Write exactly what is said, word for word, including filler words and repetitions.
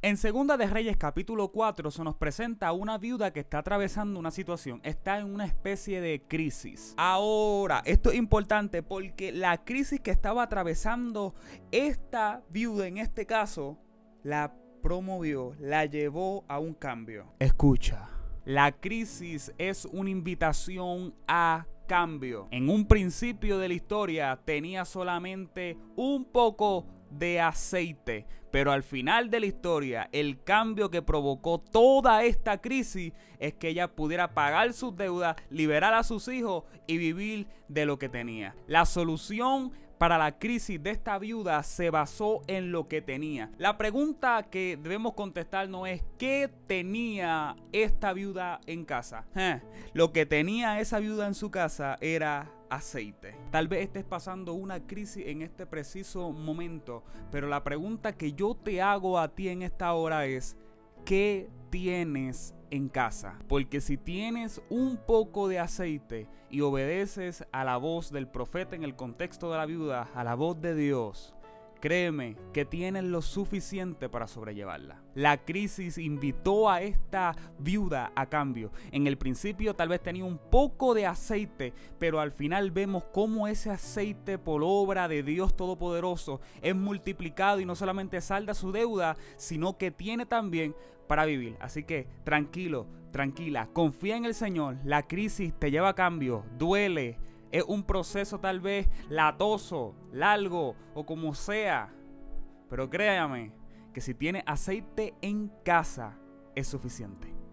En Segunda de Reyes capítulo cuatro se nos presenta a una viuda que está atravesando una situación, está en una especie de crisis. Ahora, esto es importante porque la crisis que estaba atravesando esta viuda en este caso, la promovió, la llevó a un cambio. Escucha, la crisis es una invitación a cambio. En un principio de la historia tenía solamente un poco de aceite, pero al final de la historia el cambio que provocó toda esta crisis es que ella pudiera pagar sus deudas, liberar a sus hijos y vivir de lo que tenía. La solución para la crisis de esta viuda se basó en lo que tenía. La pregunta que debemos contestar no es ¿qué tenía esta viuda en casa? Eh, lo que tenía esa viuda en su casa era aceite. Tal vez estés pasando una crisis en este preciso momento, pero la pregunta que yo te hago a ti en esta hora es ¿qué tienes en casa? Porque si tienes un poco de aceite y obedeces a la voz del profeta en el contexto de la viuda, a la voz de Dios, créeme que tienes lo suficiente para sobrellevarla. La crisis invitó a esta viuda a cambio. En el principio tal vez tenía un poco de aceite, pero al final vemos cómo ese aceite por obra de Dios Todopoderoso es multiplicado y no solamente salda su deuda, sino que tiene también para vivir. Así que tranquilo, tranquila, confía en el Señor. La crisis te lleva a cambio, duele. Es un proceso tal vez latoso, largo o como sea. Pero créame que si tiene aceite en casa es suficiente.